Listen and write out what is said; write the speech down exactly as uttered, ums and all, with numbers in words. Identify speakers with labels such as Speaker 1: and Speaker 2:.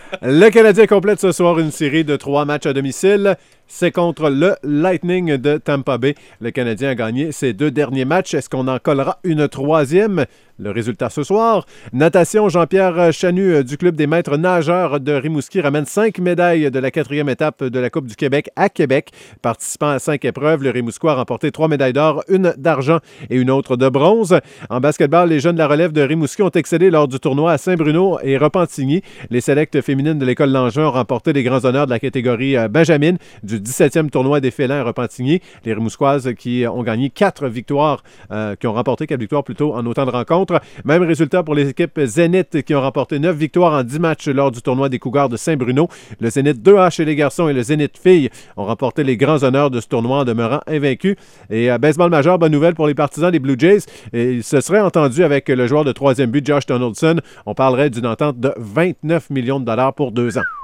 Speaker 1: Le Canadien complète ce soir une série de trois matchs à domicile. C'est contre le Lightning de Tampa Bay. Le Canadien a gagné ses deux derniers matchs. Est-ce qu'on en collera une troisième? Le résultat ce soir. Natation, Jean-Pierre Chanu du Club des maîtres nageurs de Rimouski ramène cinq médailles de la quatrième étape de la Coupe du Québec à Québec. Participant à cinq épreuves, le Rimouskois a remporté trois médailles d'or, une d'argent et une autre de bronze. En basketball, les jeunes de la relève de Rimouski ont excellé lors du tournoi à Saint-Bruno et Repentigny. Les sélectes féminines de l'école Langevin ont remporté les grands honneurs de la catégorie Benjamin du dix-septième tournoi des félins à Repentigny. Les Rimouskoises qui ont gagné quatre victoires, euh, qui ont remporté quatre victoires plutôt en autant de rencontres. Même résultat pour les équipes Zénith qui ont remporté neuf victoires en dix matchs lors du tournoi des Cougars de Saint-Bruno. Le Zénith deux A chez les garçons et le Zénith filles ont remporté les grands honneurs de ce tournoi en demeurant invaincus. Et à baseball majeur, bonne nouvelle pour les partisans des Blue Jays. Et il se serait entendu avec le joueur de troisième but, Josh Donaldson. On parlerait d'une entente de vingt-neuf millions de dollars pour deux ans.